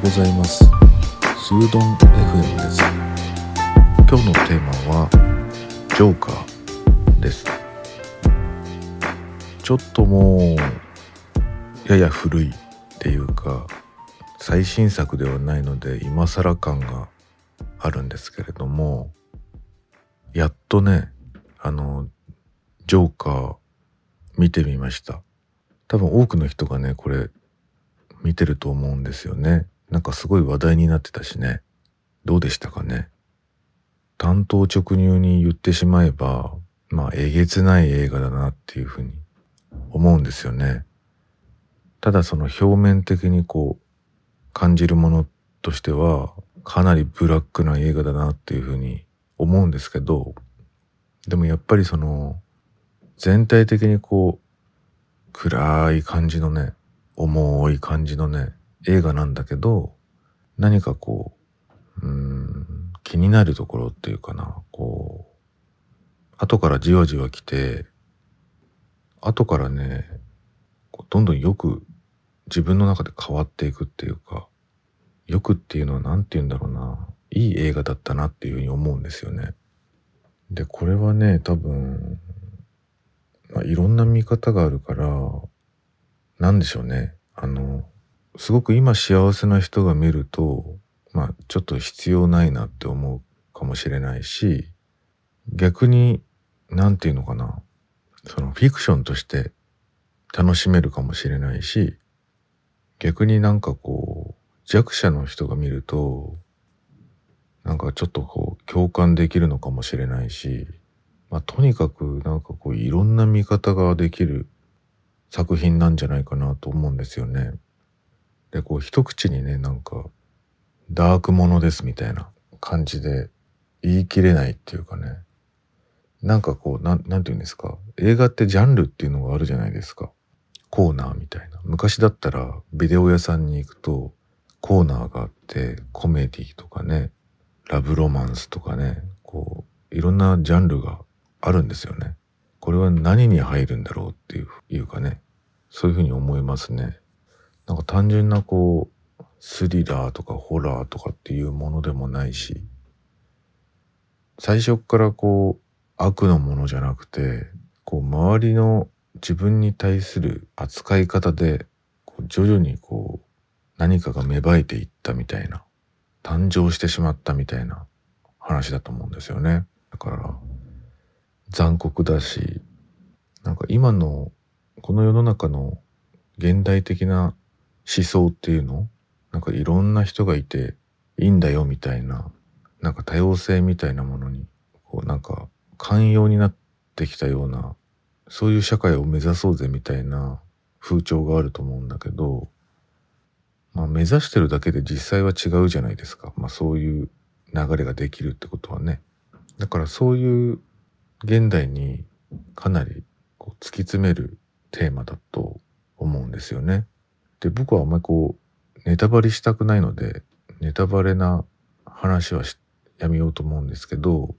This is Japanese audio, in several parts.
ございます。スードン FM です。今日のテーマはジョーカーです。ちょっともうやや古いっていうか最新作ではないので今更感があるんですけれども、やっとねジョーカー見てみました。多分多くの人がねこれ見てると思うんですよね。なんかすごい話題になってたしね。どうでしたかね。単刀直入に言ってしまえばえげつない映画だなっていうふうに思うんですよね。ただその表面的に感じるものとしてはかなりブラックな映画だなっていうふうに思うんですけど、でもやっぱりその全体的に暗い感じのね、重い感じのね映画なんだけど、何か気になるところっていうかな、後からじわじわ来て、後からねどんどんよく自分の中で変わっていくっていうか、よくっていうのはなんて言うんだろうな、いい映画だったなっていうふうに思うんですよね。でこれはね多分いろんな見方があるから、なんでしょうね、すごく今幸せな人が見るとちょっと必要ないなって思うかもしれないし、逆になんていうのかな、そのフィクションとして楽しめるかもしれないし、逆に弱者の人が見るとちょっと共感できるのかもしれないし、とにかくいろんな見方ができる作品なんじゃないかなと思うんですよね。で一口にねダークものですみたいな感じで言い切れないっていうかね、なんて言うんですか、映画ってジャンルっていうのがあるじゃないですか。コーナーみたいな。昔だったらビデオ屋さんに行くとコーナーがあって、コメディとかね、ラブロマンスとかね、いろんなジャンルがあるんですよね。これは何に入るんだろうっていうかね、そういうふうに思いますね。単純なスリラーとかホラーとかっていうものでもないし、最初っから悪のものじゃなくて、周りの自分に対する扱い方で徐々に何かが芽生えていったみたいな、誕生してしまったみたいな話だと思うんですよね。だから残酷だし、今のこの世の中の現代的な思想っていうの、いろんな人がいていいんだよみたいな、多様性みたいなものに寛容になってきたような、そういう社会を目指そうぜみたいな風潮があると思うんだけど、目指してるだけで実際は違うじゃないですか。そういう流れができるってことはね。だからそういう現代にかなり突き詰めるテーマだと思うんですよね。で僕はあんまりネタバレしたくないのでネタバレな話はやめようと思うんですけど、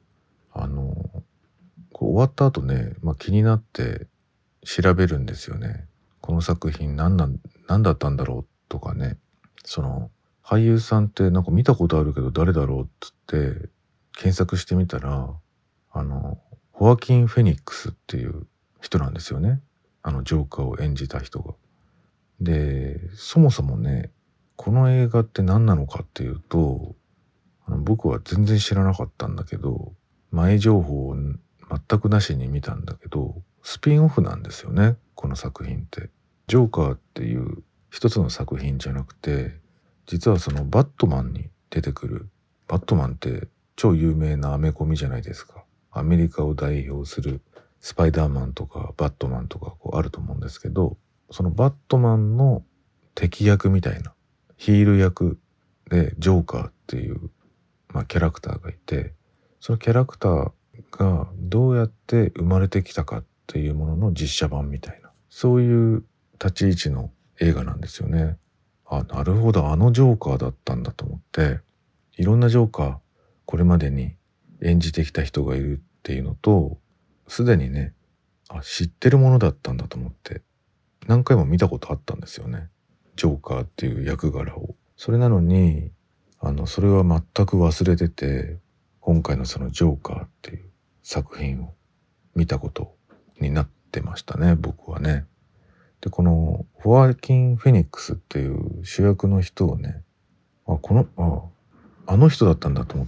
終わった後ね、気になって調べるんですよね。この作品何だったんだろうとかね、その俳優さんって見たことあるけど誰だろうっつって検索してみたら、ホアキン・フェニックスっていう人なんですよね。ジョーカーを演じた人が。でそもそもねこの映画って何なのかっていうと、僕は全然知らなかったんだけど、前情報を全くなしに見たんだけど、スピンオフなんですよねこの作品って。ジョーカーっていう一つの作品じゃなくて、実はそのバットマンに出てくる、バットマンって超有名なアメコミじゃないですか。アメリカを代表するスパイダーマンとかバットマンとかあると思うんですけど、そのバットマンの敵役みたいな、ヒール役でジョーカーっていう、キャラクターがいて、そのキャラクターがどうやって生まれてきたかっていうものの実写版みたいな、そういう立ち位置の映画なんですよね。なるほど、ジョーカーだったんだと思って、いろんなジョーカーこれまでに演じてきた人がいるっていうのと、すでにね知ってるものだったんだと思って何回も見たことあったんですよね、ジョーカーっていう役柄を。 それなのにそれは全く忘れてて、今回のそのジョーカーっていう作品を見たことになってましたね、僕はね。で、このホアキン・フェニックスっていう主役の人をね、あの人だったんだと思って、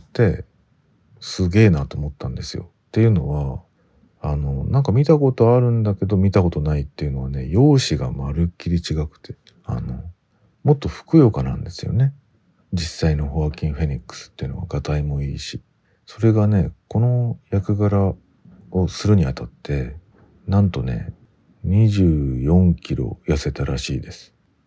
すげえなと思ったんですよ。っていうのは、なんか見たことあるんだけど見たことないっていうのはね、容姿がまるっきり違くて、もっとふくよかなんですよね。実際のホアキン・フェニックスっていうのは、がたいもいいし、それがね、この役柄をするにあたってなんとね、24キロ痩せたらしいです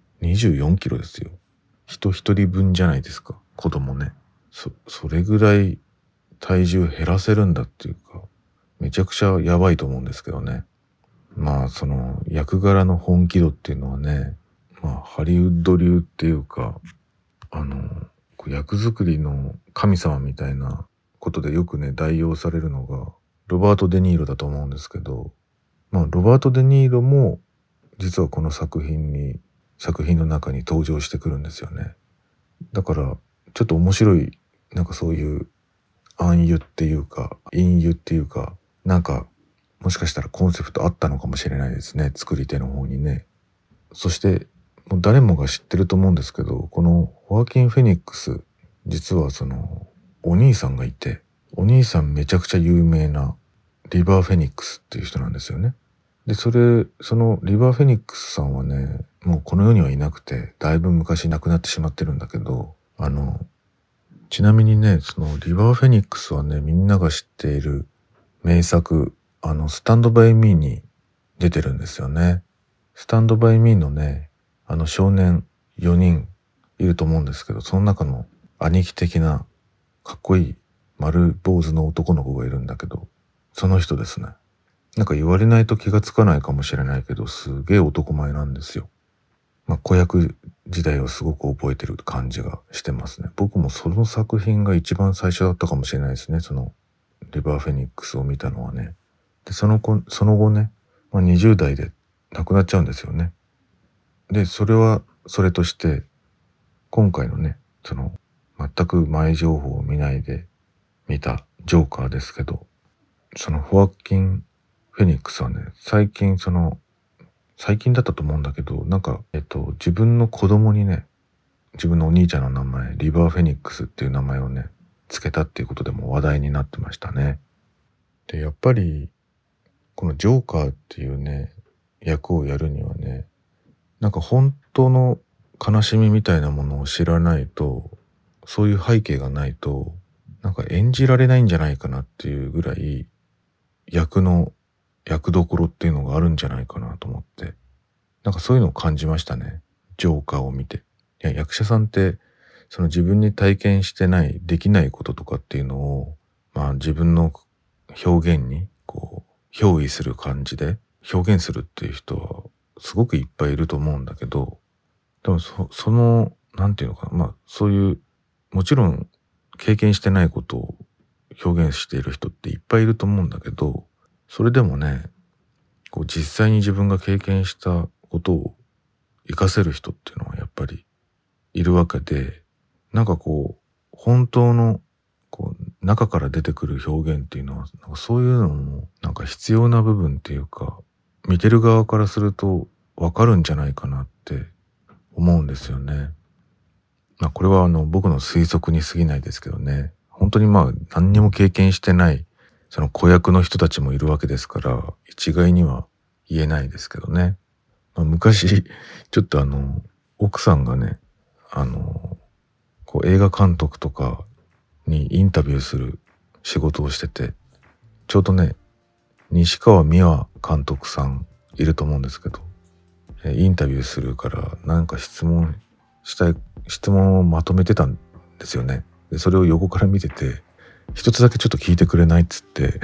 。24キロですよ。人一人分じゃないですか、子供ね。それぐらい体重減らせるんだっていうか、めちゃくちゃやばいと思うんですけどね。まあその役柄の本気度っていうのはね、ハリウッド流っていうか、役作りの神様みたいなことでよくね代用されるのがロバート・デ・ニーロだと思うんですけど、ロバート・デ・ニーロも実はこの作品の中に登場してくるんですよね。だからちょっと面白い、なんかそういう暗喩っていうか隠喩っていうか、なんかもしかしたらコンセプトあったのかもしれないですね、作り手の方にね。そしてもう誰もが知ってると思うんですけど、このホアキン・フェニックス、実はそのお兄さんがいて、お兄さんめちゃくちゃ有名なリバー・フェニックスっていう人なんですよね。で、そのリバー・フェニックスさんはね、もうこの世にはいなくて、だいぶ昔亡くなってしまってるんだけど、ちなみにね、そのリバー・フェニックスはね、みんなが知っている名作、スタンド・バイ・ミーに出てるんですよね。スタンド・バイ・ミーのね、少年4人いると思うんですけど、その中の兄貴的なかっこいい丸坊主の男の子がいるんだけど、その人ですね。なんか言われないと気がつかないかもしれないけど、すげえ男前なんですよ。子役時代をすごく覚えてる感じがしてますね。僕もその作品が一番最初だったかもしれないですね。そのリバー・フェニックスを見たのはね。で、その後ね、20代で亡くなっちゃうんですよね。で、それはそれとして、今回のね、その全く前情報を見ないで見たジョーカーですけど、そのホアキン・フェニックスはね、最近だったと思うんだけど、なんか、自分の子供にね、自分のお兄ちゃんの名前、リバー・フェニックスっていう名前をね、つけたっていうことでも話題になってましたね。で、やっぱり、このジョーカーっていうね、役をやるにはね、なんか本当の悲しみみたいなものを知らないと、そういう背景がないと、なんか演じられないんじゃないかなっていうぐらい、役どころっていうのがあるんじゃないかなと思って、なんかそういうのを感じましたね、ジョーカーを見て。いや、役者さんってその自分に体験してないできないこととかっていうのを、自分の表現にこう憑依する感じで表現するっていう人はすごくいっぱいいると思うんだけど、でもそのなんていうのかな、そういうもちろん経験してないことを表現している人っていっぱいいると思うんだけど、それでもね、こう実際に自分が経験したことを活かせる人っていうのはやっぱりいるわけで、なんかこう本当のこう中から出てくる表現っていうのは、なんかそういうのもなんか必要な部分っていうか、見てる側からするとわかるんじゃないかなって思うんですよね。これは僕の推測に過ぎないですけどね。本当に何にも経験してないその子役の人たちもいるわけですから、一概には言えないですけどね。昔ちょっと奥さんがね、こう映画監督とかにインタビューする仕事をしてて、ちょうどね、西川美和監督さんいると思うんですけど、インタビューするからなんか質問をまとめてたんですよね。で、それを横から見てて、一つだけちょっと聞いてくれないっつって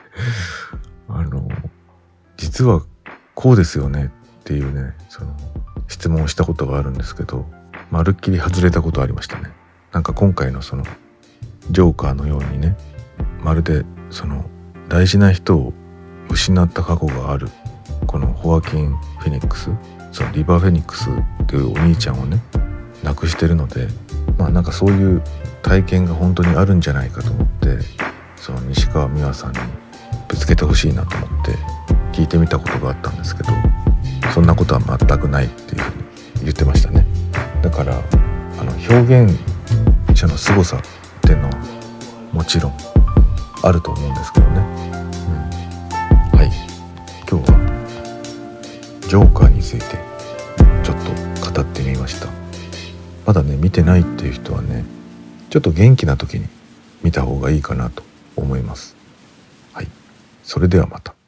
実はこうですよねっていうね、その質問をしたことがあるんですけど、まるっきり外れたことありましたね。なんか今回のそのジョーカーのようにね、まるでその大事な人を失った過去があるこのホアキン・フェニックス、そのリバー・フェニックスっていうお兄ちゃんをね、 なくしてるので、なんかそういう体験が本当にあるんじゃないかと思って、その西川美和さんにぶつけてほしいなと思って聞いてみたことがあったんですけど、そんなことは全くないっていうふうに言ってましたね。だから表現者の凄さっていうのはもちろんあると思うんですけどね、はい、今日はジョーカーについてちょっと語ってみました。まだね見てないっていう人はね、ちょっと元気な時に見た方がいいかなと思います。はい、それではまた。